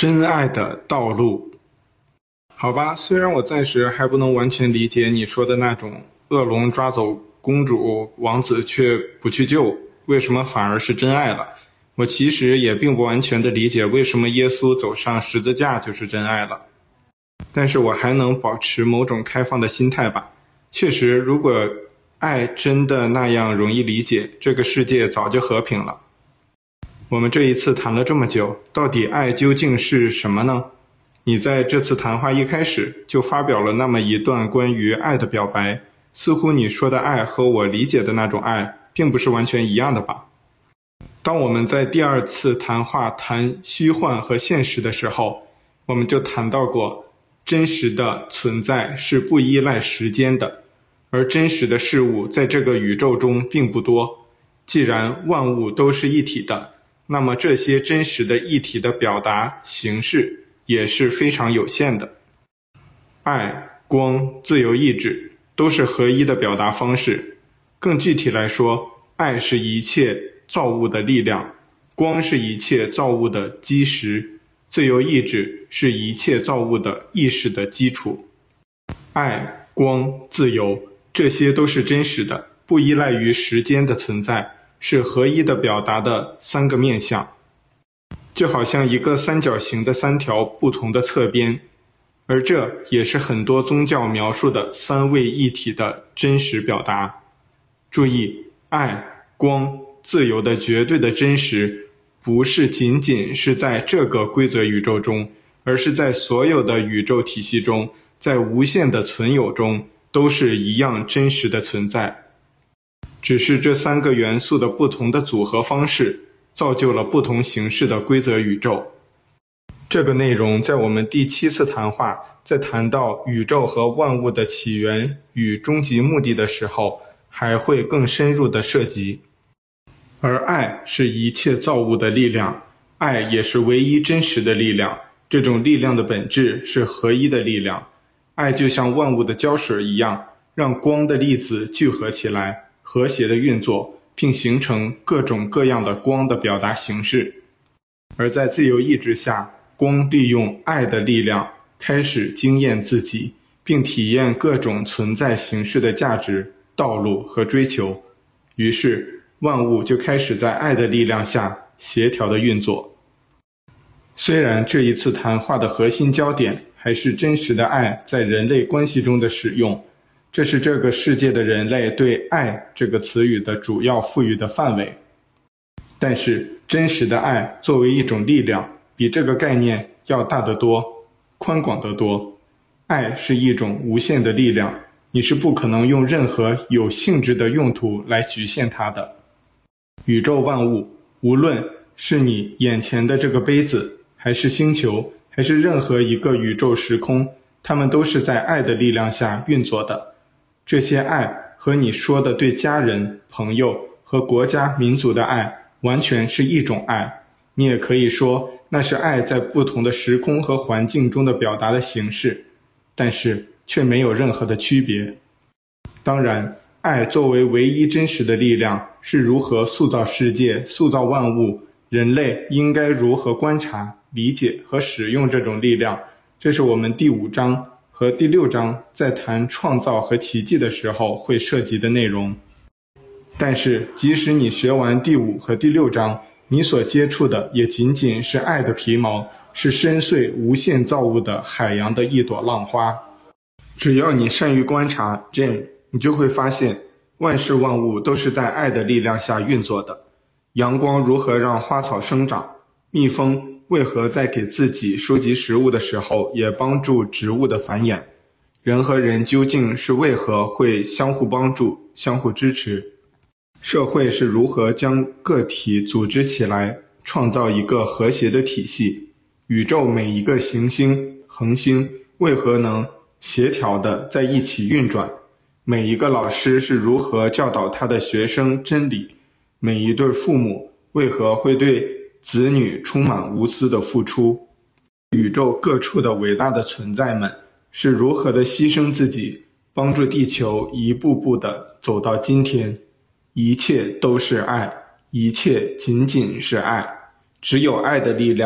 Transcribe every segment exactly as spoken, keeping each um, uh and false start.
真爱的道路。好吧，虽然我暂时还不能完全理解你说的那种恶龙抓走公主，王子却不去救，为什么反而是真爱了？我其实也并不完全的理解为什么耶稣走上十字架就是真爱了。但是我还能保持某种开放的心态吧。确实，如果爱真的那样容易理解，这个世界早就和平了。我们这一次谈了这么久，到底爱究竟是什么呢？你在这次谈话一开始就发表了那么一段关于爱的表白，似乎你说的爱和我理解的那种爱并不是完全一样的吧？当我们在第二次谈话谈虚幻和现实的时候，我们就谈到过，真实的存在是不依赖时间的，而真实的事物在这个宇宙中并不多。既然万物都是一体的，那么这些真实的一体的表达形式也是非常有限的。爱、光、自由意志都是合一的表达方式。更具体来说，爱是一切造物的力量，光是一切造物的基石，自由意志是一切造物的意识的基础。爱、光、自由，这些都是真实的，不依赖于时间的存在，是合一的表达的三个面向，就好像一个三角形的三条不同的侧边，而这也是很多宗教描述的三位一体的真实表达。注意，爱、光、自由的绝对的真实，不是仅仅是在这个规则宇宙中，而是在所有的宇宙体系中，在无限的存有中，都是一样真实的存在。只是这三个元素的不同的组合方式，造就了不同形式的规则宇宙。这个内容在我们第七次谈话，在谈到宇宙和万物的起源与终极目的的时候，还会更深入的涉及。而爱是一切造物的力量，爱也是唯一真实的力量，这种力量的本质是合一的力量。爱就像万物的胶水一样，让光的粒子聚合起来，和谐的运作，并形成各种各样的光的表达形式。而在自由意志下，光利用爱的力量开始经验自己，并体验各种存在形式的价值、道路和追求。于是万物就开始在爱的力量下协调的运作。虽然这一次谈话的核心焦点还是真实的爱在人类关系中的使用，这是这个世界的人类对爱这个词语的主要赋予的范围。但是真实的爱作为一种力量，比这个概念要大得多，宽广得多。爱是一种无限的力量，你是不可能用任何有性质的用途来局限它的。宇宙万物，无论是你眼前的这个杯子，还是星球，还是任何一个宇宙时空，它们都是在爱的力量下运作的。这些爱和你说的对家人、朋友和国家、民族的爱完全是一种爱。你也可以说那是爱在不同的时空和环境中的表达的形式，但是却没有任何的区别。当然，爱作为唯一真实的力量是如何塑造世界、塑造万物，人类应该如何观察、理解和使用这种力量，这是我们第五章和第六章在谈创造和奇迹的时候会涉及的内容。但是即使你学完第五和第六章，你所接触的也仅仅是爱的皮毛，是深邃无限造物的海洋的一朵浪花。只要你善于观察 Jane， 你就会发现万事万物都是在爱的力量下运作的。阳光如何让花草生长，蜜蜂为何在给自己收集食物的时候也帮助植物的繁衍，人和人究竟是为何会相互帮助、相互支持，社会是如何将个体组织起来创造一个和谐的体系，宇宙每一个行星、恒星为何能协调地在一起运转，每一个老师是如何教导他的学生真理，每一对父母为何会对子女充满无私的付出，宇宙各处的伟大的存在们是如何的牺牲自己，帮助地球一步步地走到今天。一切都是爱，一切仅仅是爱，只有爱的力量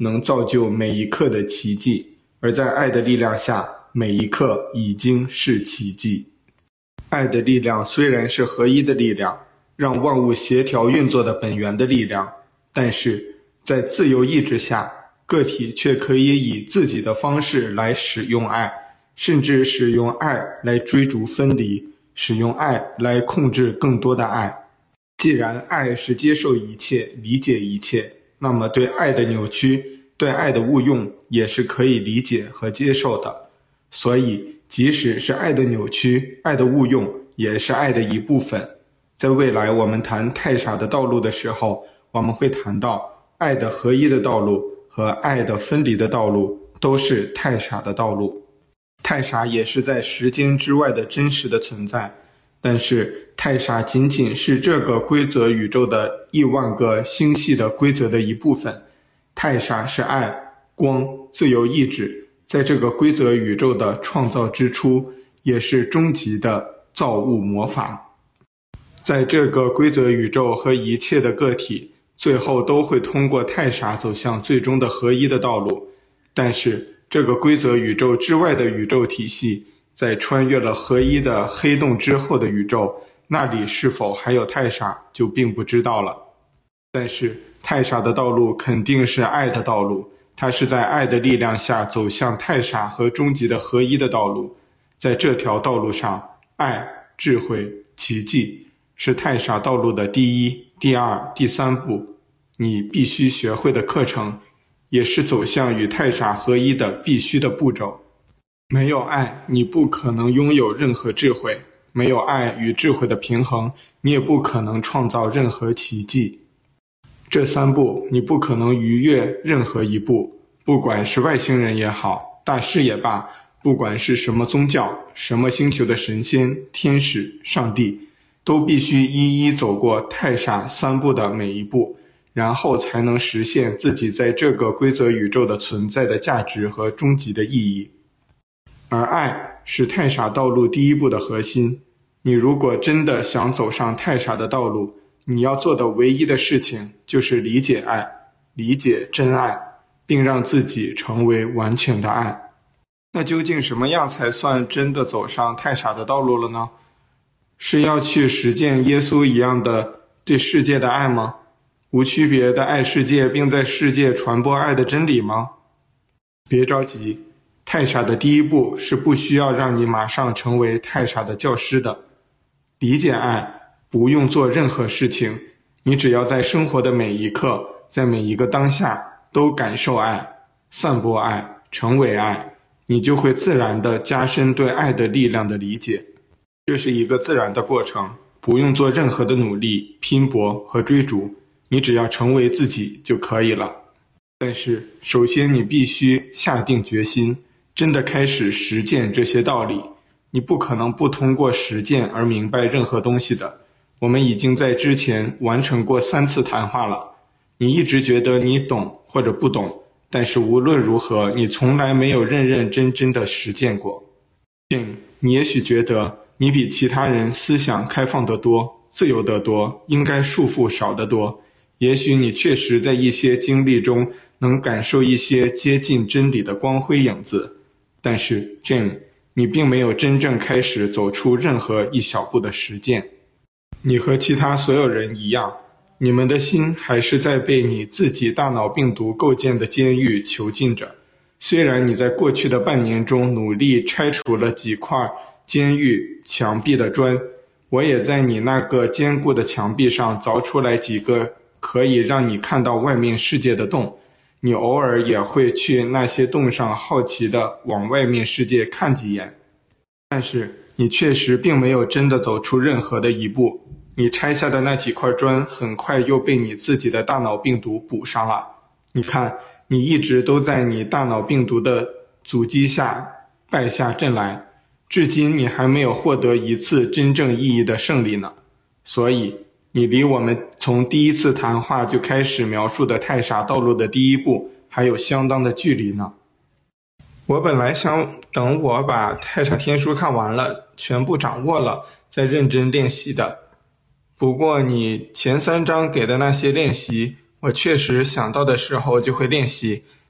能造就每一刻的奇迹，而在爱的力量下，每一刻已经是奇迹。爱的力量虽然是合一的力量，让万物协调运作的本源的力量，但是在自由意志下，个体却可以以自己的方式来使用爱，甚至使用爱来追逐分离，使用爱来控制更多的爱。既然爱是接受一切、理解一切，那么对爱的扭曲、对爱的误用也是可以理解和接受的。所以即使是爱的扭曲、爱的误用，也是爱的一部分。在未来我们谈太傻的道路的时候，我们会谈到爱的合一的道路和爱的分离的道路都是太傻的道路。太傻也是在时间之外的真实的存在，但是太傻仅仅是这个规则宇宙的亿万个星系的规则的一部分。太傻是爱、光、自由意志在这个规则宇宙的创造之初，也是终极的造物魔法。在这个规则宇宙和一切的个体最后都会通过太傻走向最终的合一的道路，但是这个规则宇宙之外的宇宙体系，在穿越了合一的黑洞之后的宇宙，那里是否还有太傻就并不知道了。但是太傻的道路肯定是爱的道路，它是在爱的力量下走向太傻和终极的合一的道路。在这条道路上，爱、智慧、奇迹是太傻道路的第一、第二、第三步，你必须学会的课程，也是走向与太傻合一的必须的步骤。没有爱，你不可能拥有任何智慧；没有爱与智慧的平衡，你也不可能创造任何奇迹。这三步，你不可能逾越任何一步，不管是外星人也好，大师也罢，不管是什么宗教、什么星球的神仙、天使、上帝，都必须一一走过太傻三步的每一步，然后才能实现自己在这个规则宇宙的存在的价值和终极的意义。而爱是太傻道路第一步的核心。你如果真的想走上太傻的道路，你要做的唯一的事情就是理解爱，理解真爱，并让自己成为完全的爱。那究竟什么样才算真的走上太傻的道路了呢？是要去实践耶稣一样的对世界的爱吗？无区别的爱世界，并在世界传播爱的真理吗？别着急，太傻的第一步是不需要让你马上成为太傻的教师的。理解爱，不用做任何事情，你只要在生活的每一刻，在每一个当下都感受爱，散播爱，成为爱，你就会自然地加深对爱的力量的理解。这是一个自然的过程，不用做任何的努力、拼搏和追逐，你只要成为自己就可以了。但是首先你必须下定决心，真的开始实践这些道理。你不可能不通过实践而明白任何东西的。我们已经在之前完成过三次谈话了。你一直觉得你懂或者不懂，但是无论如何，你从来没有认认真真的实践过。并你也许觉得你比其他人思想开放得多，自由得多，应该束缚少得多。也许你确实在一些经历中能感受一些接近真理的光辉影子，但是 Jane， 你并没有真正开始走出任何一小步的实践。你和其他所有人一样，你们的心还是在被你自己大脑病毒构建的监狱囚禁着。虽然你在过去的半年中努力拆除了几块监狱墙壁的砖，我也在你那个坚固的墙壁上凿出来几个可以让你看到外面世界的洞。你偶尔也会去那些洞上好奇地往外面世界看几眼，但是你确实并没有真的走出任何的一步。你拆下的那几块砖很快又被你自己的大脑病毒补上了。你看，你一直都在你大脑病毒的阻击下败下阵来，至今你还没有获得一次真正意义的胜利呢。所以你离我们从第一次谈话就开始描述的太傻道路的第一步还有相当的距离呢。我本来想等我把太傻天书看完了，全部掌握了，再认真练习的。不过你前三章给的那些练习，我确实想到的时候就会练习，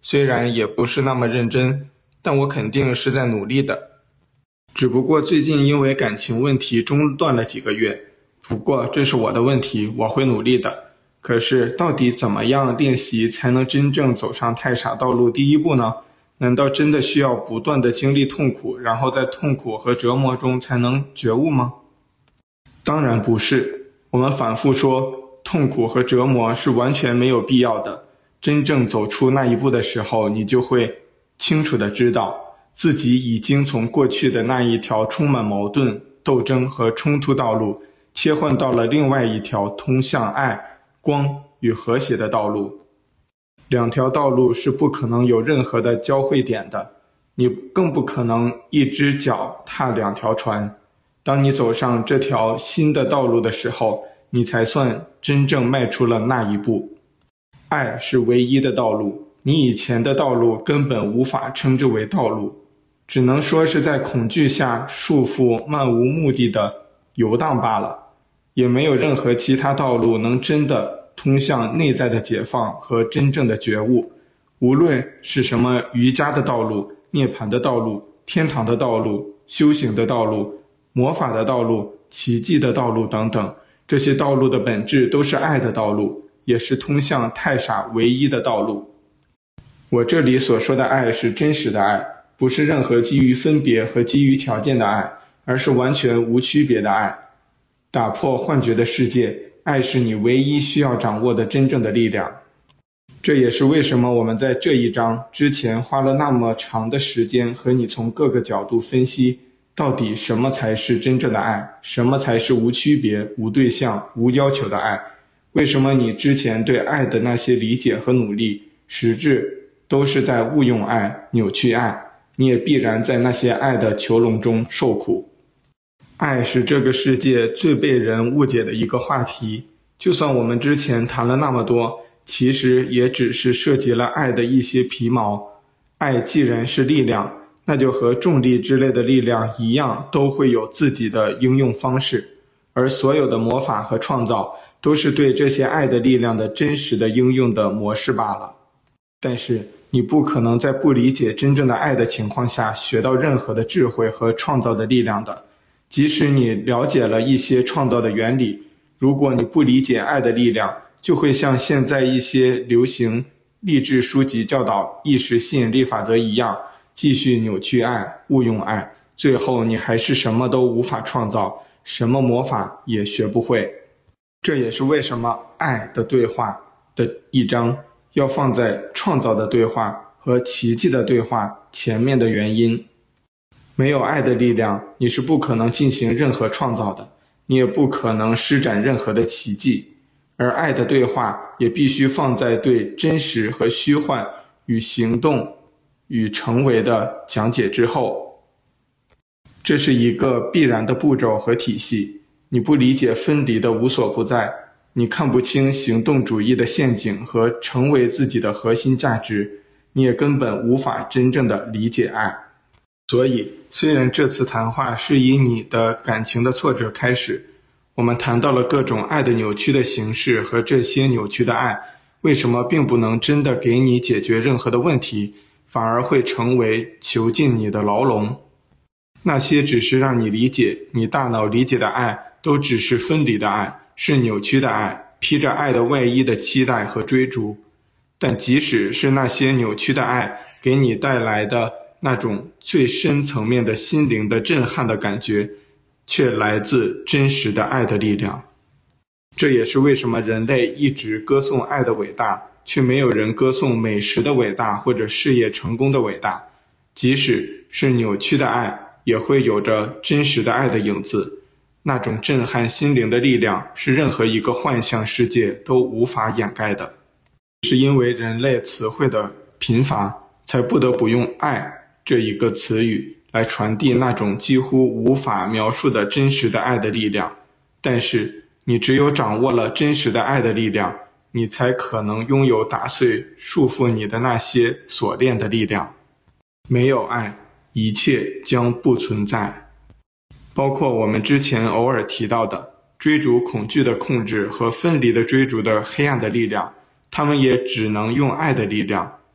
虽然也不是那么认真，但我肯定是在努力的。只不过最近因为感情问题中断了几个月，不过这是我的问题，我会努力的。可是到底怎么样练习才能真正走上太傻道路第一步呢？难道真的需要不断的经历痛苦，然后在痛苦和折磨中才能觉悟吗？当然不是。我们反复说，痛苦和折磨是完全没有必要的。真正走出那一步的时候，你就会清楚地知道，自己已经从过去的那一条充满矛盾、斗争和冲突道路，切换到了另外一条通向爱、光与和谐的道路。两条道路是不可能有任何的交汇点的，你更不可能一只脚踏两条船。当你走上这条新的道路的时候，你才算真正迈出了那一步。爱是唯一的道路，你以前的道路根本无法称之为道路，只能说是在恐惧下束缚、漫无目的的游荡罢了，也没有任何其他道路能真的通向内在的解放和真正的觉悟。无论是什么瑜伽的道路、涅槃的道路、天堂的道路、修行的道路、魔法的道路、奇迹的道路等等，这些道路的本质都是爱的道路，也是通向太傻唯一的道路。我这里所说的爱是真实的爱，不是任何基于分别和基于条件的爱，而是完全无区别的爱。打破幻觉的世界，爱是你唯一需要掌握的真正的力量。这也是为什么我们在这一章之前花了那么长的时间和你从各个角度分析，到底什么才是真正的爱，什么才是无区别、无对象、无要求的爱。为什么你之前对爱的那些理解和努力，实质都是在误用爱、扭曲爱，你也必然在那些爱的囚笼中受苦。爱是这个世界最被人误解的一个话题，就算我们之前谈了那么多，其实也只是涉及了爱的一些皮毛。爱既然是力量，那就和重力之类的力量一样，都会有自己的应用方式，而所有的魔法和创造都是对这些爱的力量的真实的应用的模式罢了。但是你不可能在不理解真正的爱的情况下学到任何的智慧和创造的力量的。即使你了解了一些创造的原理，如果你不理解爱的力量，就会像现在一些流行励志书籍教导意识吸引力法则一样，继续扭曲爱、误用爱，最后你还是什么都无法创造，什么魔法也学不会。这也是为什么爱的对话的一章要放在创造的对话和奇迹的对话前面的原因。没有爱的力量，你是不可能进行任何创造的，你也不可能施展任何的奇迹。而爱的对话也必须放在对真实和虚幻与行动与成为的讲解之后。这是一个必然的步骤和体系。你不理解分离的无所不在，你看不清行动主义的陷阱和成为自己的核心价值，你也根本无法真正的理解爱。所以虽然这次谈话是以你的感情的挫折开始，我们谈到了各种爱的扭曲的形式和这些扭曲的爱为什么并不能真的给你解决任何的问题，反而会成为囚禁你的牢笼。那些只是让你理解你大脑理解的爱，都只是分离的爱，是扭曲的爱，披着爱的外衣的期待和追逐。但即使是那些扭曲的爱给你带来的那种最深层面的心灵的震撼的感觉，却来自真实的爱的力量。这也是为什么人类一直歌颂爱的伟大，却没有人歌颂美食的伟大或者事业成功的伟大。即使是扭曲的爱，也会有着真实的爱的影子。那种震撼心灵的力量，是任何一个幻象世界都无法掩盖的。是因为人类词汇的贫乏，才不得不用爱这一个词语来传递那种几乎无法描述的真实的爱的力量。但是你只有掌握了真实的爱的力量，你才可能拥有打碎束缚你的那些锁链的力量。没有爱，一切将不存在。包括我们之前偶尔提到的追逐恐惧的控制和分离的追逐的黑暗的力量，他们也只能用爱的力量，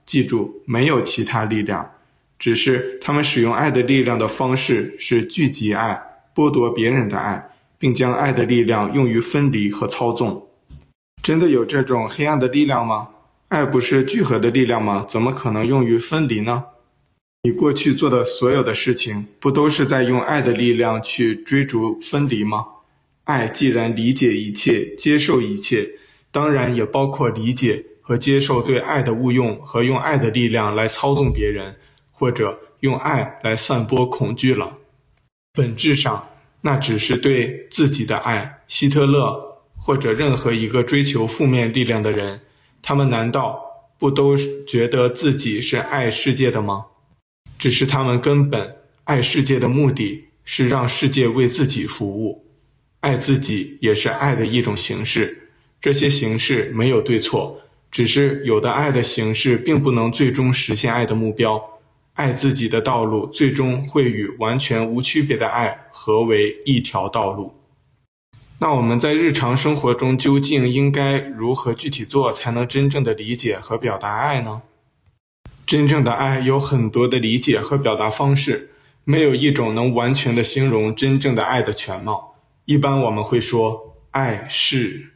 记住，没有其他力量，只是他们使用爱的力量的方式是聚集爱，剥夺别人的爱，并将爱的力量用于分离和操纵。真的有这种黑暗的力量吗？爱不是聚合的力量吗？怎么可能用于分离呢？你过去做的所有的事情，不都是在用爱的力量去追逐分离吗？爱既然理解一切，接受一切，当然也包括理解和接受对爱的误用和用爱的力量来操纵别人，或者用爱来散播恐惧了。本质上，那只是对自己的爱。希特勒或者任何一个追求负面力量的人，他们难道不都觉得自己是爱世界的吗？只是他们根本爱世界的目的是让世界为自己服务。爱自己也是爱的一种形式，这些形式没有对错，只是有的爱的形式并不能最终实现爱的目标。爱自己的道路最终会与完全无区别的爱合为一条道路。那我们在日常生活中究竟应该如何具体做才能真正的理解和表达爱呢？真正的爱有很多的理解和表达方式，没有一种能完全的形容真正的爱的全貌。一般我们会说爱是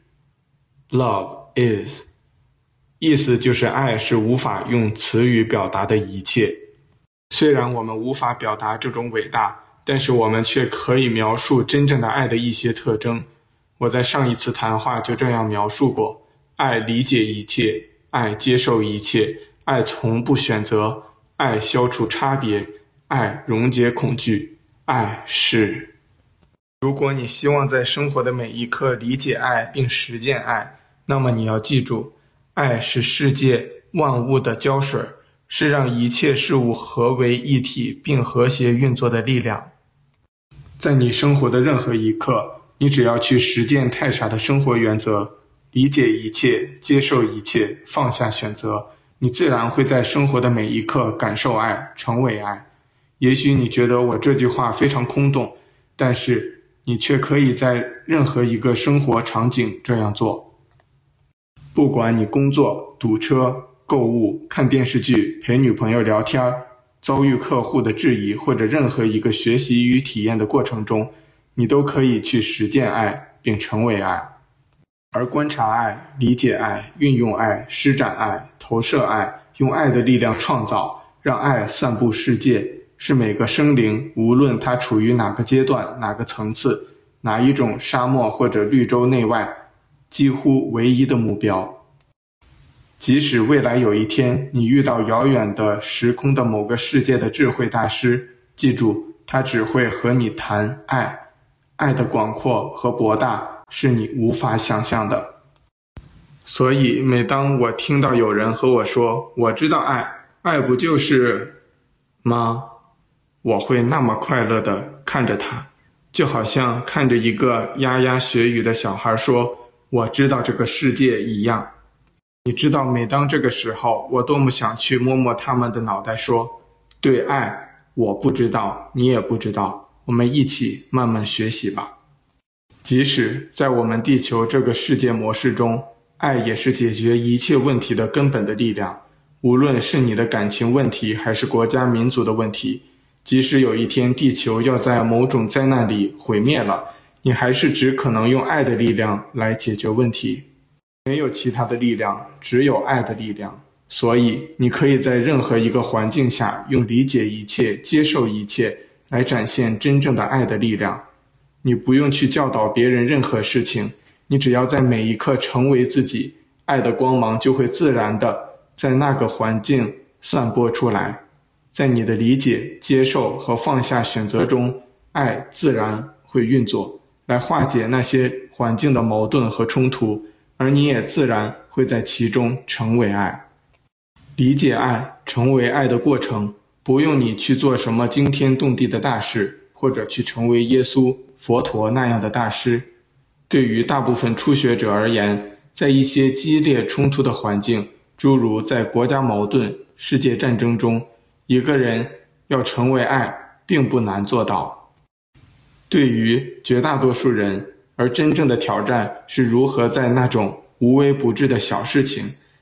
Love is， 意思就是爱是无法用词语表达的一切。虽然我们无法表达这种伟大，但是我们却可以描述真正的爱的一些特征。我在上一次谈话就这样描述过：爱理解一切，爱接受一切，爱从不选择，爱消除差别，爱溶解恐惧，爱是。如果你希望在生活的每一刻理解爱并实践爱，那么你要记住，爱是世界万物的胶水，是让一切事物合为一体并和谐运作的力量。在你生活的任何一刻，你只要去实践泰莎的生活原则，理解一切，接受一切，放下选择，你自然会在生活的每一刻感受爱，成为爱。也许你觉得我这句话非常空洞，但是你却可以在任何一个生活场景这样做。不管你工作、堵车、购物、看电视剧、陪女朋友聊天，遭遇客户的质疑，或者任何一个学习与体验的过程中，你都可以去实践爱并成为爱。而观察爱、理解爱、运用爱、施展爱、投射爱，用爱的力量创造，让爱散布世界，是每个生灵无论它处于哪个阶段、哪个层次、哪一种沙漠或者绿洲内外，几乎唯一的目标。即使未来有一天你遇到遥远的时空的某个世界的智慧大师，记住，他只会和你谈爱，爱的广阔和博大是你无法想象的。所以每当我听到有人和我说我知道爱，爱不就是吗？我会那么快乐地看着他，就好像看着一个牙牙学语的小孩说我知道这个世界一样。你知道每当这个时候，我多么想去摸摸他们的脑袋说，对爱我不知道，你也不知道，我们一起慢慢学习吧。即使在我们地球这个世界模式中，爱也是解决一切问题的根本的力量。无论是你的感情问题还是国家民族的问题，即使有一天地球要在某种灾难里毁灭了，你还是只可能用爱的力量来解决问题。没有其他的力量，只有爱的力量。所以你可以在任何一个环境下用理解一切、接受一切来展现真正的爱的力量。你不用去教导别人任何事情，你只要在每一刻成为自己，爱的光芒就会自然的在那个环境散播出来。在你的理解、接受和放下选择中，爱自然会运作，来化解那些环境的矛盾和冲突，而你也自然会在其中成为爱。理解爱、成为爱的过程，不用你去做什么惊天动地的大事，或者去成为耶稣、佛陀那样的大师。对于大部分初学者而言，在一些激烈冲突的环境，诸如在国家矛盾、世界战争中，一个人要成为爱并不难做到。对于绝大多数人，而真正的挑战是如何在那种无微不至的小事情，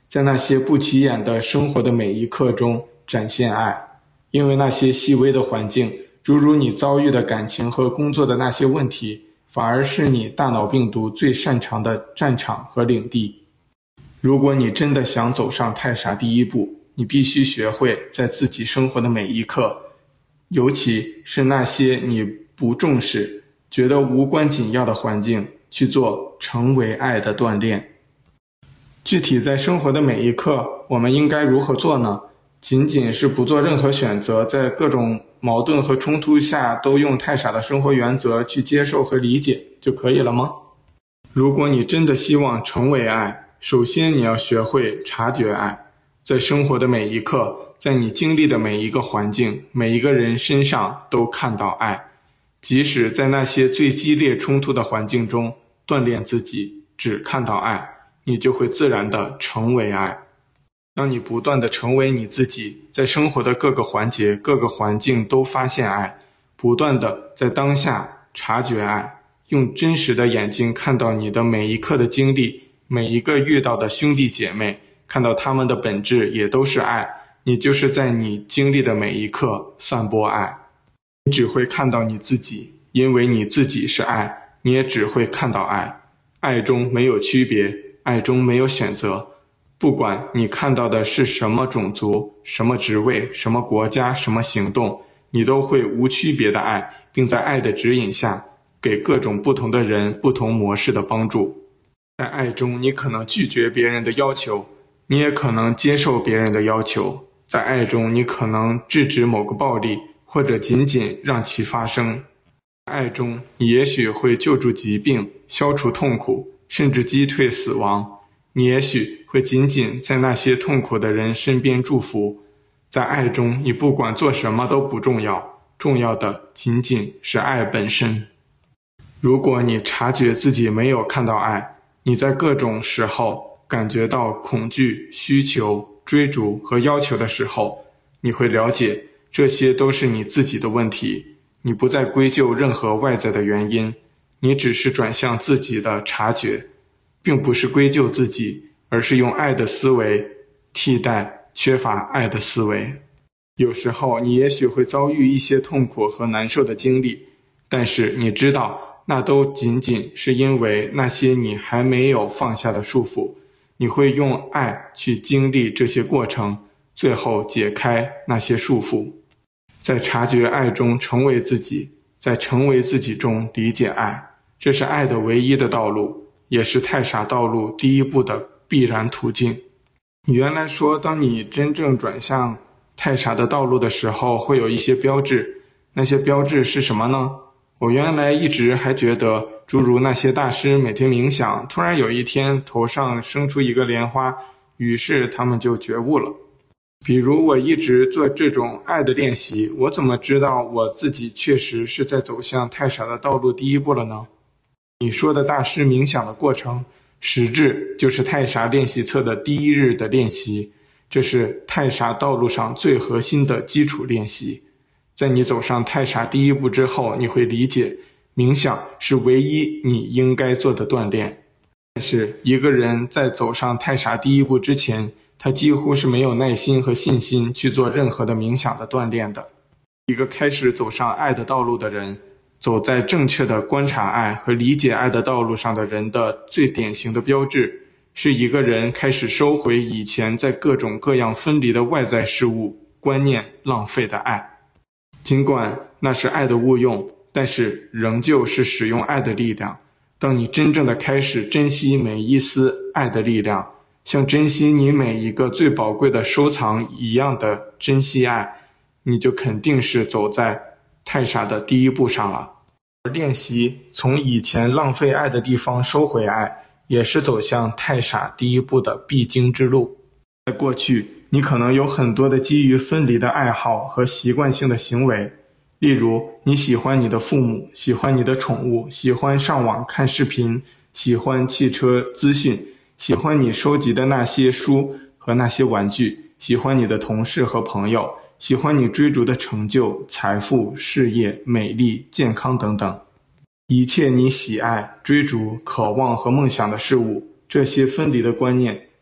在那些不起眼的生活的每一刻中展现爱，因为那些细微的环境，诸如你遭遇的感情和工作的那些问题，反而是你大脑病毒最擅长的战场和领地。如果你真的想走上太傻第一步，你必须学会在自己生活的每一刻，尤其是那些你不重视、觉得无关紧要的环境，去做成为爱的锻炼。具体在生活的每一刻，我们应该如何做呢？仅仅是不做任何选择，在各种矛盾和冲突下都用太傻的生活原则去接受和理解就可以了吗？如果你真的希望成为爱，首先你要学会察觉爱，在生活的每一刻，在你经历的每一个环境，每一个人身上都看到爱，即使在那些最激烈冲突的环境中，锻炼自己只看到爱，你就会自然地成为爱。当你不断地成为你自己，在生活的各个环节、各个环境都发现爱，不断地在当下察觉爱，用真实的眼睛看到你的每一刻的经历，每一个遇到的兄弟姐妹，看到他们的本质也都是爱，你就是在你经历的每一刻散播爱。你只会看到你自己，因为你自己是爱，你也只会看到爱。爱中没有区别，爱中没有选择。不管你看到的是什么种族、什么职位、什么国家、什么行动，你都会无区别的爱，并在爱的指引下，给各种不同的人不同模式的帮助。在爱中，你可能拒绝别人的要求，你也可能接受别人的要求。在爱中，你可能制止某个暴力，或者仅仅让其发生。在爱中，你也许会救助疾病，消除痛苦，甚至击退死亡。你也许会仅仅在那些痛苦的人身边祝福。在爱中，你不管做什么都不重要，重要的仅仅是爱本身。如果你察觉自己没有看到爱，你在各种时候感觉到恐惧、需求、追逐和要求的时候，你会了解这些都是你自己的问题，你不再归咎任何外在的原因，你只是转向自己的察觉，并不是归咎自己，而是用爱的思维替代缺乏爱的思维。有时候你也许会遭遇一些痛苦和难受的经历，但是你知道那都仅仅是因为那些你还没有放下的束缚，你会用爱去经历这些过程，最后解开那些束缚。在察觉爱中成为自己，在成为自己中理解爱，这是爱的唯一的道路，也是太傻道路第一步的必然途径。你原来说，当你真正转向太傻的道路的时候，会有一些标志，那些标志是什么呢？我原来一直还觉得，诸如那些大师每天冥想，突然有一天头上生出一个莲花，于是他们就觉悟了。比如我一直做这种爱的练习，我怎么知道我自己确实是在走向太傻的道路第一步了呢？你说的大师冥想的过程，实质就是太傻练习册的第一日的练习，这是太傻道路上最核心的基础练习。在你走上太傻第一步之后，你会理解冥想是唯一你应该做的锻炼。但是一个人在走上太傻第一步之前，他几乎是没有耐心和信心去做任何的冥想的锻炼的。一个开始走上爱的道路的人，走在正确的观察爱和理解爱的道路上的人的最典型的标志，是一个人开始收回以前在各种各样分离的外在事物、观念浪费的爱。尽管那是爱的误用，但是仍旧是使用爱的力量。当你真正的开始珍惜每一丝爱的力量，像珍惜你每一个最宝贵的收藏一样的珍惜爱，你就肯定是走在太傻的第一步上了。而练习从以前浪费爱的地方收回爱，也是走向太傻第一步的必经之路。在过去，你可能有很多的基于分离的爱好和习惯性的行为，例如你喜欢你的父母，喜欢你的宠物，喜欢上网看视频，喜欢汽车资讯，喜欢你收集的那些书和那些玩具，喜欢你的同事和朋友，喜欢你追逐的成就、财富、事业、美丽、健康等等。一切你喜爱、追逐、渴望和梦想的事物，这些分离的观念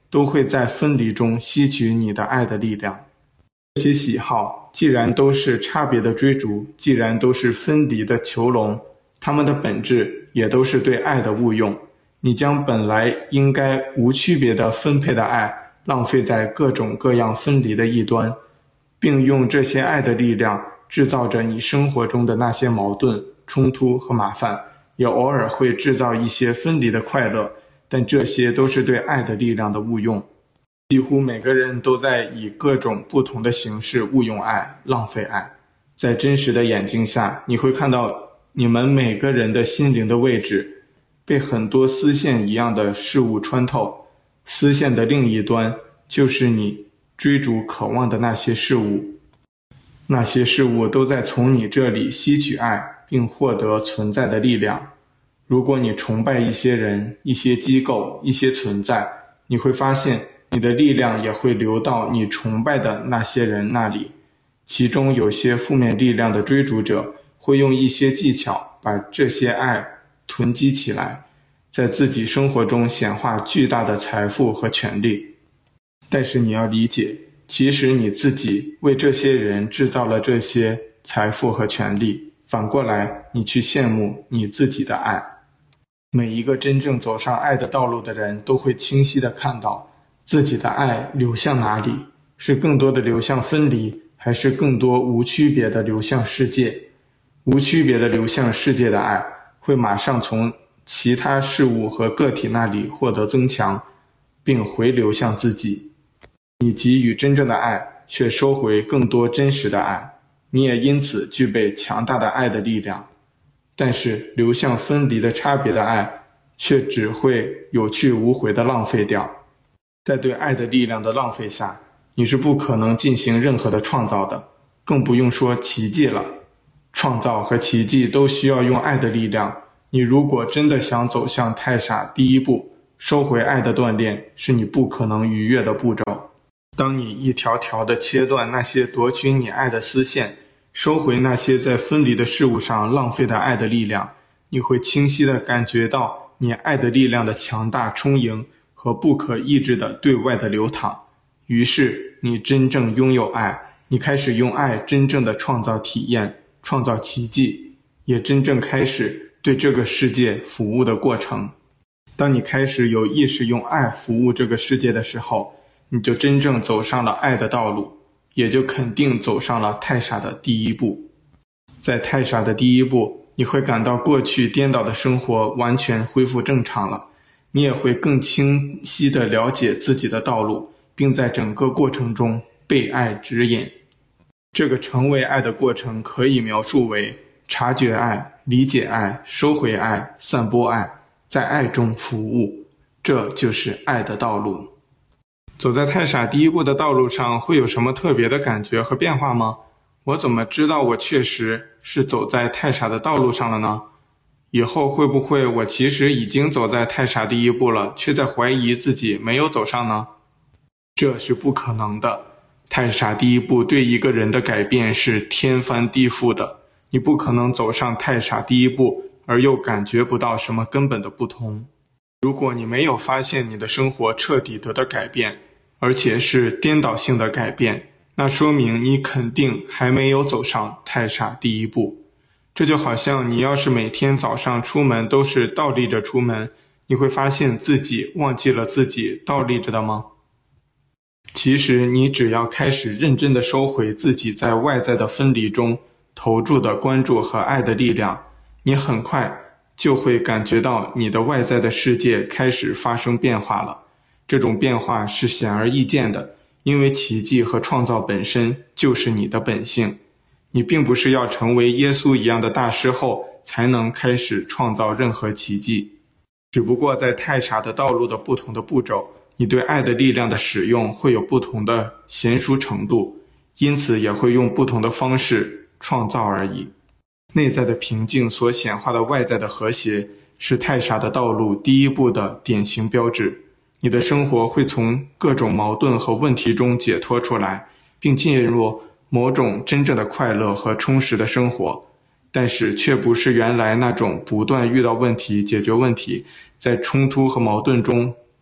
都会在分离中吸取你的爱的力量。这些喜好既然都是差别的追逐，既然都是分离的囚笼，它们的本质也都是对爱的误用。你将本来应该无区别的分配的爱浪费在各种各样分离的一端，并用这些爱的力量制造着你生活中的那些矛盾、冲突和麻烦，也偶尔会制造一些分离的快乐，但这些都是对爱的力量的误用。几乎每个人都在以各种不同的形式误用爱，浪费爱。在真实的眼睛下，你会看到你们每个人的心灵的位置被很多丝线一样的事物穿透，丝线的另一端就是你追逐渴望的那些事物。那些事物都在从你这里吸取爱，并获得存在的力量。如果你崇拜一些人、一些机构、一些存在，你会发现你的力量也会流到你崇拜的那些人那里。其中有些负面力量的追逐者会用一些技巧把这些爱囤积起来，在自己生活中显化巨大的财富和权利。但是你要理解，其实你自己为这些人制造了这些财富和权利，反过来你去羡慕你自己的爱。每一个真正走上爱的道路的人都会清晰地看到自己的爱流向哪里，是更多的流向分离，还是更多无区别的流向世界。无区别的流向世界的爱会马上从其他事物和个体那里获得增强，并回流向自己。你给予真正的爱，却收回更多真实的爱，你也因此具备强大的爱的力量。但是流向分离的差别的爱却只会有去无回的浪费掉。在对爱的力量的浪费下，你是不可能进行任何的创造的，更不用说奇迹了。创造和奇迹都需要用爱的力量。你如果真的想走向太傻第一步，收回爱的锻炼是你不可能逾越的步骤。当你一条条地切断那些夺取你爱的丝线，收回那些在分离的事物上浪费的爱的力量，你会清晰地感觉到你爱的力量的强大充盈和不可抑制的对外的流淌。于是你真正拥有爱，你开始用爱真正的创造体验，创造奇迹，也真正开始对这个世界服务的过程。当你开始有意识用爱服务这个世界的时候，你就真正走上了爱的道路，也就肯定走上了太傻的第一步。在太傻的第一步，你会感到过去颠倒的生活完全恢复正常了，你也会更清晰地了解自己的道路，并在整个过程中被爱指引。这个成为爱的过程可以描述为察觉爱、理解爱、收回爱、散播爱，在爱中服务，这就是爱的道路。走在太傻第一步的道路上，会有什么特别的感觉和变化吗？我怎么知道我确实是走在太傻的道路上了呢？以后会不会我其实已经走在太傻第一步了，却在怀疑自己没有走上呢？这是不可能的。太傻第一步对一个人的改变是天翻地覆的，你不可能走上太傻第一步而又感觉不到什么根本的不同。如果你没有发现你的生活彻底得到改变，而且是颠倒性的改变，那说明你肯定还没有走上太傻第一步。这就好像你要是每天早上出门都是倒立着出门，你会发现自己忘记了自己倒立着的吗？其实你只要开始认真地收回自己在外在的分离中投注的关注和爱的力量，你很快就会感觉到你的外在的世界开始发生变化了。这种变化是显而易见的，因为奇迹和创造本身就是你的本性。你并不是要成为耶稣一样的大师后才能开始创造任何奇迹，只不过在太傻的道路的不同的步骤，你对爱的力量的使用会有不同的娴熟程度，因此也会用不同的方式创造而已。内在的平静所显化的外在的和谐，是太傻的道路第一步的典型标志。你的生活会从各种矛盾和问题中解脱出来，并进入某种真正的快乐和充实的生活，但是却不是原来那种不断遇到问题、解决问题，在冲突和矛盾中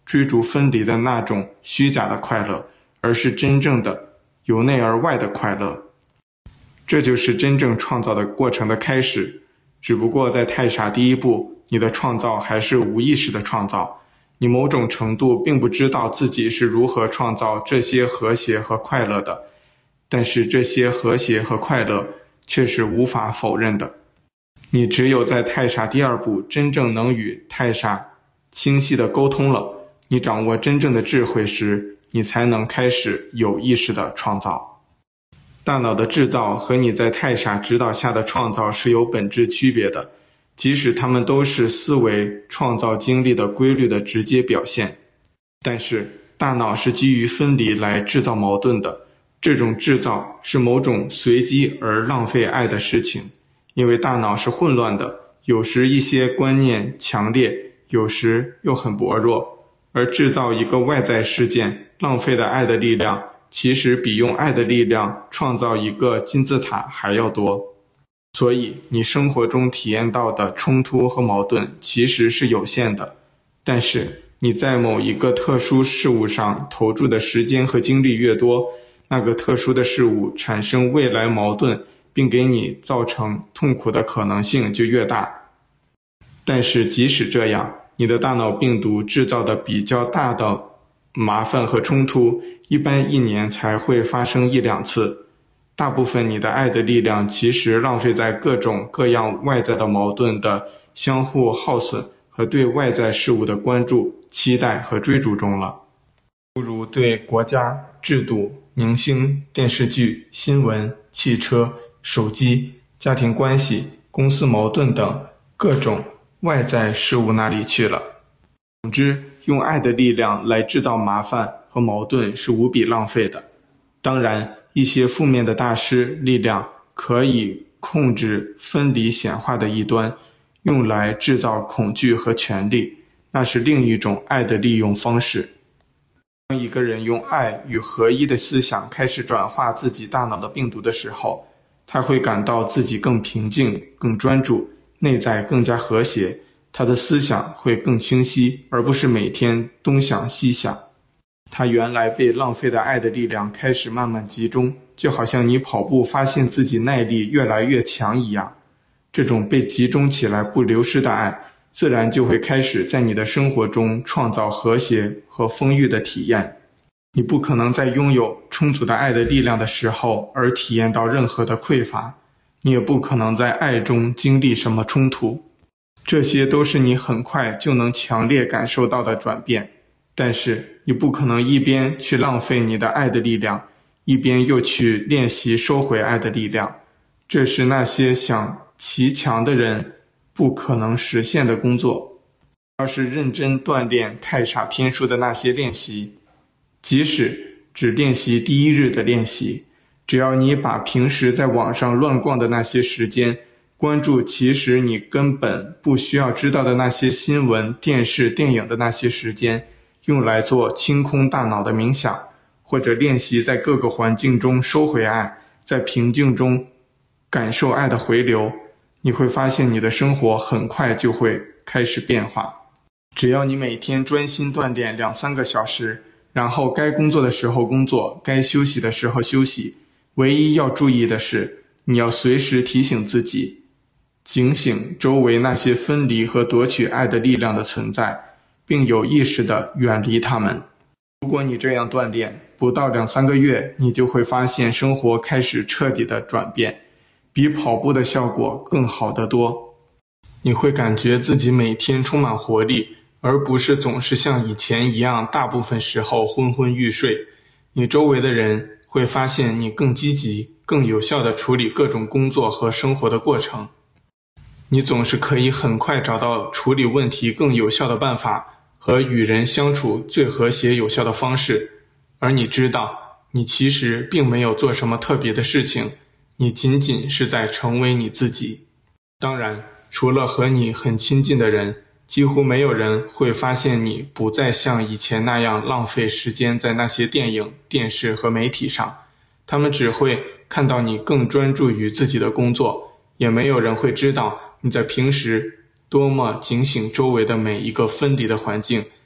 追逐分离的那种虚假的快乐，而是真正的由内而外的快乐。这就是真正创造的过程的开始。只不过在太傻第一步，你的创造还是无意识的创造，你某种程度并不知道自己是如何创造这些和谐和快乐的，但是这些和谐和快乐却是无法否认的。你只有在太傻第二步真正能与太傻清晰地沟通了，你掌握真正的智慧时，你才能开始有意识地创造。大脑的制造和你在太傻指导下的创造是有本质区别的，即使它们都是思维创造经历的规律的直接表现。但是大脑是基于分离来制造矛盾的，这种制造是某种随机而浪费爱的事情，因为大脑是混乱的，有时一些观念强烈，有时又很薄弱，而制造一个外在事件浪费的爱的力量，其实比用爱的力量创造一个金字塔还要多。所以你生活中体验到的冲突和矛盾其实是有限的，但是你在某一个特殊事物上投注的时间和精力越多，那个特殊的事物产生未来矛盾并给你造成痛苦的可能性就越大。但是即使这样，你的大脑病毒制造的比较大的麻烦和冲突一般一年才会发生一两次，大部分你的爱的力量其实浪费在各种各样外在的矛盾的相互耗损和对外在事物的关注、期待和追逐中了。诸如对国家、制度、明星、电视剧、新闻、汽车、手机、家庭关系、公司矛盾等各种外在事物那里去了。总之，用爱的力量来制造麻烦和矛盾是无比浪费的。当然，一些负面的大师力量可以控制分离显化的一端，用来制造恐惧和权力，那是另一种爱的利用方式。当一个人用爱与合一的思想开始转化自己大脑的病毒的时候，他会感到自己更平静、更专注，内在更加和谐，他的思想会更清晰，而不是每天东想西想。他原来被浪费的爱的力量开始慢慢集中，就好像你跑步发现自己耐力越来越强一样。这种被集中起来不流失的爱，自然就会开始在你的生活中创造和谐和丰裕的体验。你不可能在拥有充足的爱的力量的时候而体验到任何的匮乏，你也不可能在爱中经历什么冲突。这些都是你很快就能强烈感受到的转变，但是你不可能一边去浪费你的爱的力量，一边又去练习收回爱的力量。这是那些想骑墙的人不可能实现的工作。要是认真锻炼太傻天书的那些练习，即使只练习第一日的练习，只要你把平时在网上乱逛的那些时间，关注其实你根本不需要知道的那些新闻、电视、电影的那些时间，用来做清空大脑的冥想，或者练习在各个环境中收回爱，在平静中感受爱的回流，你会发现你的生活很快就会开始变化。只要你每天专心锻炼两三个小时，然后该工作的时候工作，该休息的时候休息，唯一要注意的是，你要随时提醒自己，警醒周围那些分离和夺取爱的力量的存在，并有意识地远离它们。如果你这样锻炼，不到两三个月，你就会发现生活开始彻底的转变，比跑步的效果更好得多。你会感觉自己每天充满活力，而不是总是像以前一样大部分时候昏昏欲睡。你周围的人会发现你更积极、更有效地处理各种工作和生活的过程。你总是可以很快找到处理问题更有效的办法和与人相处最和谐有效的方式，而你知道，你其实并没有做什么特别的事情，你仅仅是在成为你自己。当然，除了和你很亲近的人，几乎没有人会发现你不再像以前那样浪费时间在那些电影、电视和媒体上，他们只会看到你更专注于自己的工作，也没有人会知道你在平时多么警醒周围的每一个分离的环境，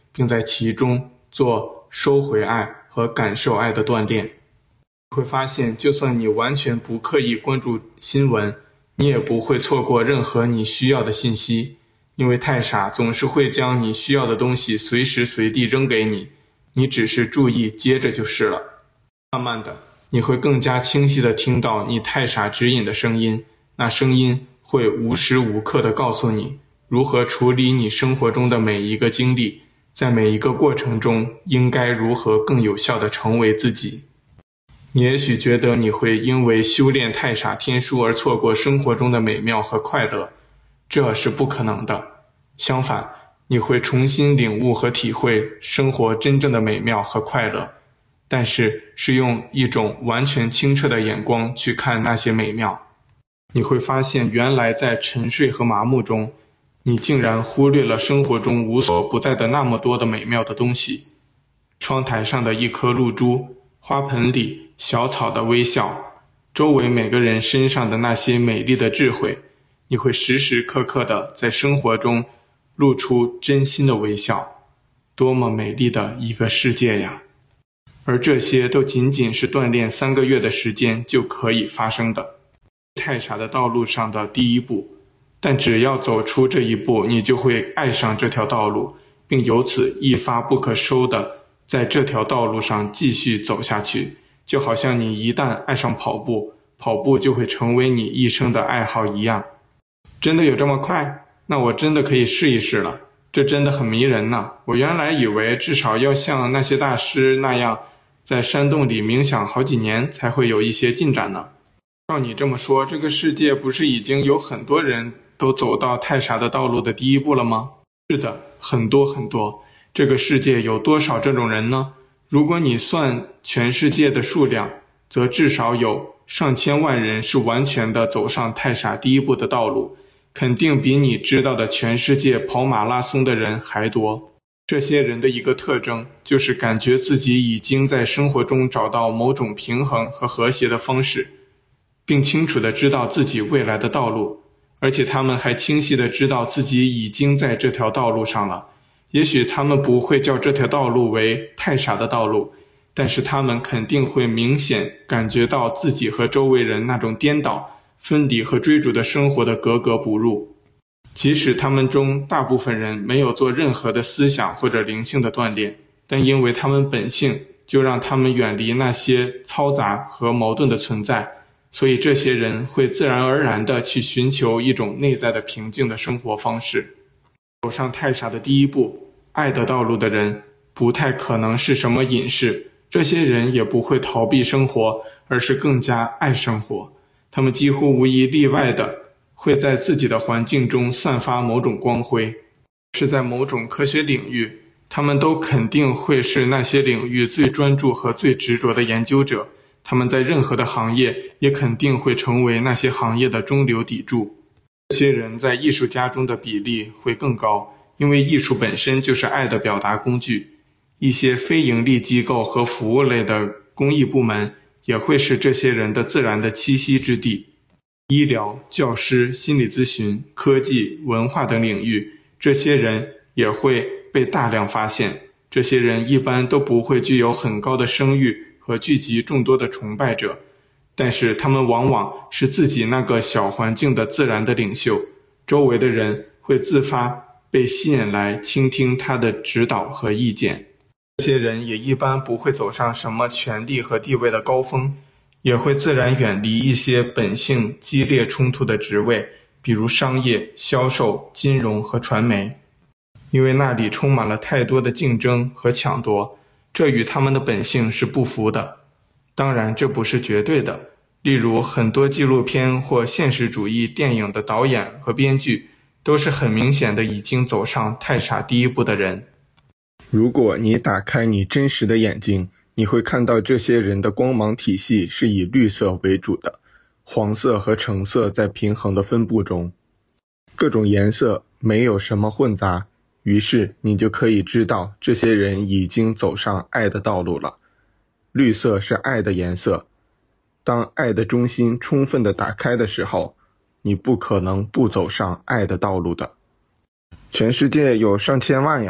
并在其中做收回爱和感受爱的锻炼。你会发现，就算你完全不刻意关注新闻，你也不会错过任何你需要的信息，因为太傻总是会将你需要的东西随时随地扔给你，你只是注意接着就是了。慢慢的，你会更加清晰地听到你太傻指引的声音，那声音会无时无刻地告诉你如何处理你生活中的每一个经历，在每一个过程中应该如何更有效地成为自己。你也许觉得你会因为修炼太傻天书而错过生活中的美妙和快乐，这是不可能的。相反，你会重新领悟和体会生活真正的美妙和快乐，但是是用一种完全清澈的眼光去看那些美妙。你会发现，原来在沉睡和麻木中，你竟然忽略了生活中无所不在的那么多的美妙的东西。窗台上的一颗露珠，花盆里小草的微笑，周围每个人身上的那些美丽的智慧，你会时时刻刻地在生活中露出真心的微笑。多么美丽的一个世界呀！而这些都仅仅是锻炼三个月的时间就可以发生的，太傻的道路上的第一步。但只要走出这一步，你就会爱上这条道路，并由此一发不可收地在这条道路上继续走下去。就好像你一旦爱上跑步，跑步就会成为你一生的爱好一样。真的有这么快？那我真的可以试一试了，这真的很迷人呢。我原来以为至少要像那些大师那样在山洞里冥想好几年才会有一些进展呢。照你这么说，这个世界不是已经有很多人都走到太傻的道路的第一步了吗？是的，很多很多。这个世界有多少这种人呢？如果你算全世界的数量，则至少有上千万人是完全的走上太傻第一步的道路，肯定比你知道的全世界跑马拉松的人还多。这些人的一个特征就是感觉自己已经在生活中找到某种平衡和和谐的方式，并清楚地知道自己未来的道路，而且他们还清晰地知道自己已经在这条道路上了。也许他们不会叫这条道路为太傻的道路，但是他们肯定会明显感觉到自己和周围人那种颠倒、分离和追逐的生活的格格不入。即使他们中大部分人没有做任何的思想或者灵性的锻炼，但因为他们本性就让他们远离那些嘈杂和矛盾的存在，所以这些人会自然而然地去寻求一种内在的平静的生活方式。走上太傻的第一步，爱的道路的人不太可能是什么隐士，这些人也不会逃避生活，而是更加爱生活。他们几乎无一例外的会在自己的环境中散发某种光辉，是在某种科学领域，他们都肯定会是那些领域最专注和最执着的研究者。他们在任何的行业也肯定会成为那些行业的中流砥柱。这些人在艺术家中的比例会更高，因为艺术本身就是爱的表达工具。一些非营利机构和服务类的公益部门也会是这些人的自然的栖息之地。医疗、教师、心理咨询、科技、文化等领域，这些人也会被大量发现。这些人一般都不会具有很高的声誉和聚集众多的崇拜者，但是他们往往是自己那个小环境的自然的领袖，周围的人会自发被吸引来倾听他的指导和意见。这些人也一般不会走上什么权力和地位的高峰，也会自然远离一些本性激烈冲突的职位，比如商业、销售、金融和传媒，因为那里充满了太多的竞争和抢夺，这与他们的本性是不符的。当然，这不是绝对的。例如，很多纪录片或现实主义电影的导演和编剧都是很明显的已经走上太傻第一步的人。如果你打开你真实的眼睛，你会看到这些人的光芒体系是以绿色为主的，黄色和橙色在平衡的分布中，各种颜色没有什么混杂，于是你就可以知道这些人已经走上爱的道路了。绿色是爱的颜色，当爱的中心充分地打开的时候，你不可能不走上爱的道路的。全世界有上千万呀，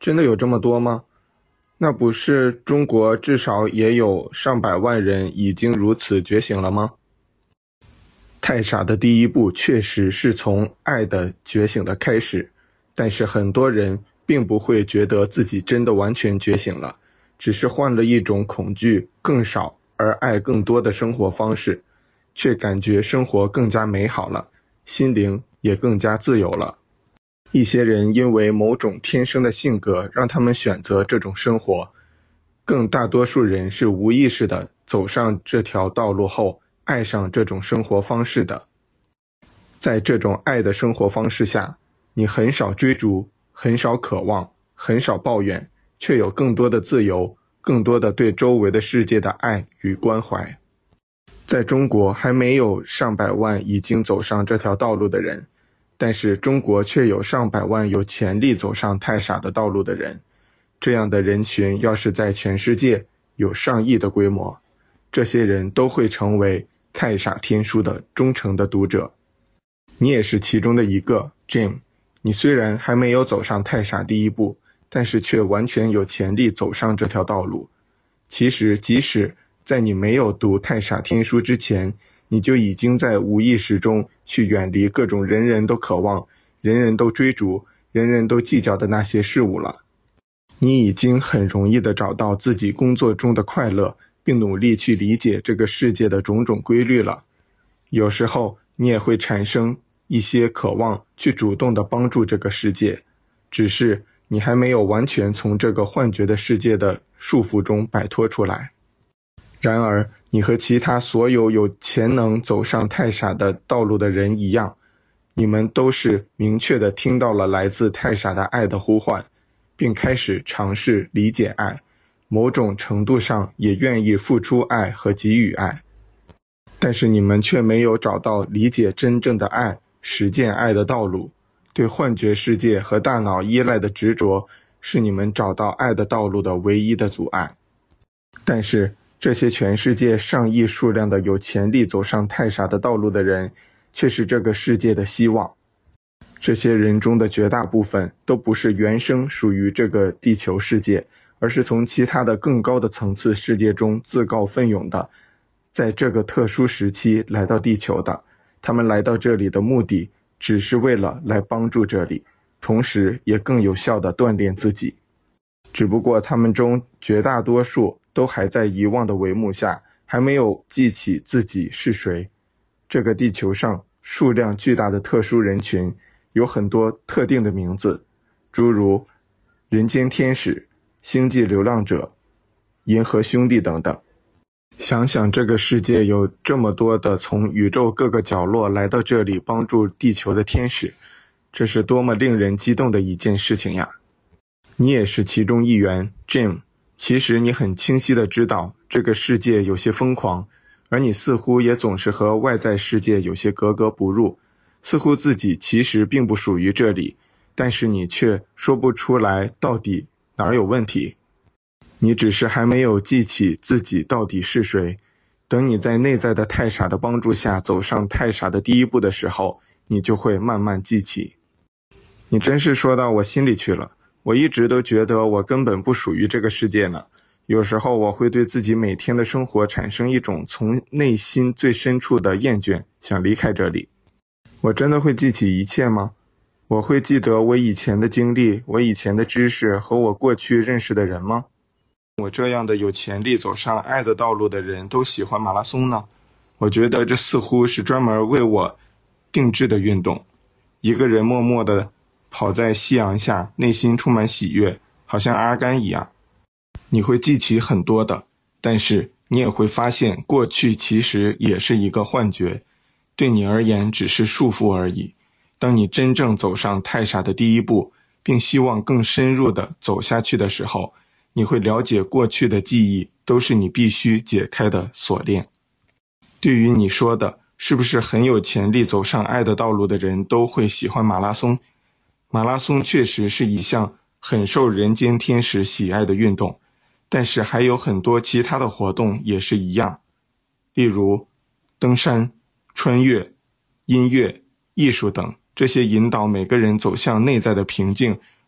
真的有这么多吗？那不是中国至少也有上百万人已经如此觉醒了吗？太傻的第一步确实是从爱的觉醒的开始，但是很多人并不会觉得自己真的完全觉醒了，只是换了一种恐惧更少而爱更多的生活方式，却感觉生活更加美好了，心灵也更加自由了。一些人因为某种天生的性格让他们选择这种生活，更大多数人是无意识地走上这条道路后爱上这种生活方式的。在这种爱的生活方式下，你很少追逐，很少渴望，很少抱怨，却有更多的自由，更多的对周围的世界的爱与关怀。在中国还没有上百万已经走上这条道路的人，但是中国却有上百万有潜力走上太傻的道路的人。这样的人群要是在全世界有上亿的规模，这些人都会成为太傻天书的忠诚的读者。你也是其中的一个 Jim， 你虽然还没有走上太傻第一步，但是却完全有潜力走上这条道路。其实即使在你没有读太傻天书之前，你就已经在无意识中去远离各种人人都渴望、人人都追逐、人人都计较的那些事物了。你已经很容易地找到自己工作中的快乐，并努力去理解这个世界的种种规律了。有时候你也会产生一些渴望去主动地帮助这个世界，只是你还没有完全从这个幻觉的世界的束缚中摆脱出来。然而你和其他所有有潜能走上太傻的道路的人一样，你们都是明确地听到了来自太傻的爱的呼唤，并开始尝试理解爱，某种程度上也愿意付出爱和给予爱。但是你们却没有找到理解真正的爱、实践爱的道路。对幻觉世界和大脑依赖的执着是你们找到爱的道路的唯一的阻碍。但是这些全世界上亿数量的有潜力走上太傻的道路的人，却是这个世界的希望。这些人中的绝大部分都不是原生属于这个地球世界，而是从其他的更高的层次世界中自告奋勇的，在这个特殊时期来到地球的。他们来到这里的目的只是为了来帮助这里，同时也更有效地锻炼自己。只不过他们中绝大多数都还在遗忘的帷幕下，还没有记起自己是谁。这个地球上数量巨大的特殊人群有很多特定的名字，诸如人间天使、星际流浪者、银河兄弟等等。想想这个世界有这么多的从宇宙各个角落来到这里帮助地球的天使，这是多么令人激动的一件事情呀！你也是其中一员 Jim， 其实你很清晰地知道这个世界有些疯狂，而你似乎也总是和外在世界有些格格不入，似乎自己其实并不属于这里，但是你却说不出来到底哪儿有问题。你只是还没有记起自己到底是谁，等你在内在的太傻的帮助下走上太傻的第一步的时候，你就会慢慢记起。你真是说到我心里去了，我一直都觉得我根本不属于这个世界呢。有时候我会对自己每天的生活产生一种从内心最深处的厌倦，想离开这里。我真的会记起一切吗？我会记得我以前的经历，我以前的知识和我过去认识的人吗？我这样的有潜力走上爱的道路的人都喜欢马拉松呢？我觉得这似乎是专门为我定制的运动。一个人默默地跑在夕阳下，内心充满喜悦，好像阿甘一样。你会记起很多的，但是你也会发现过去其实也是一个幻觉，对你而言只是束缚而已。当你真正走上太傻的第一步，并希望更深入地走下去的时候，你会了解过去的记忆都是你必须解开的锁链。对于你说的是不是很有潜力走上爱的道路的人都会喜欢马拉松，马拉松确实是一项很受人间天使喜爱的运动，但是还有很多其他的活动也是一样，例如登山、穿越、音乐、艺术等，这些引导每个人走向内在的平静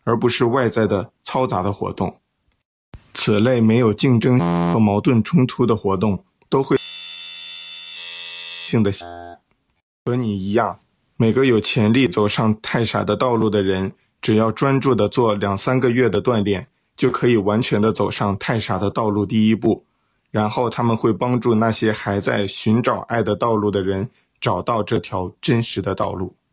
而不是外在的嘈杂的活动。此类没有竞争和矛盾冲突的活动，都会性的和你一样，每个有潜力走上太傻的道路的人，只要专注的做两三个月的锻炼，就可以完全的走上太傻的道路第一步。然后他们会帮助那些还在寻找爱的道路的人，找到这条真实的道路。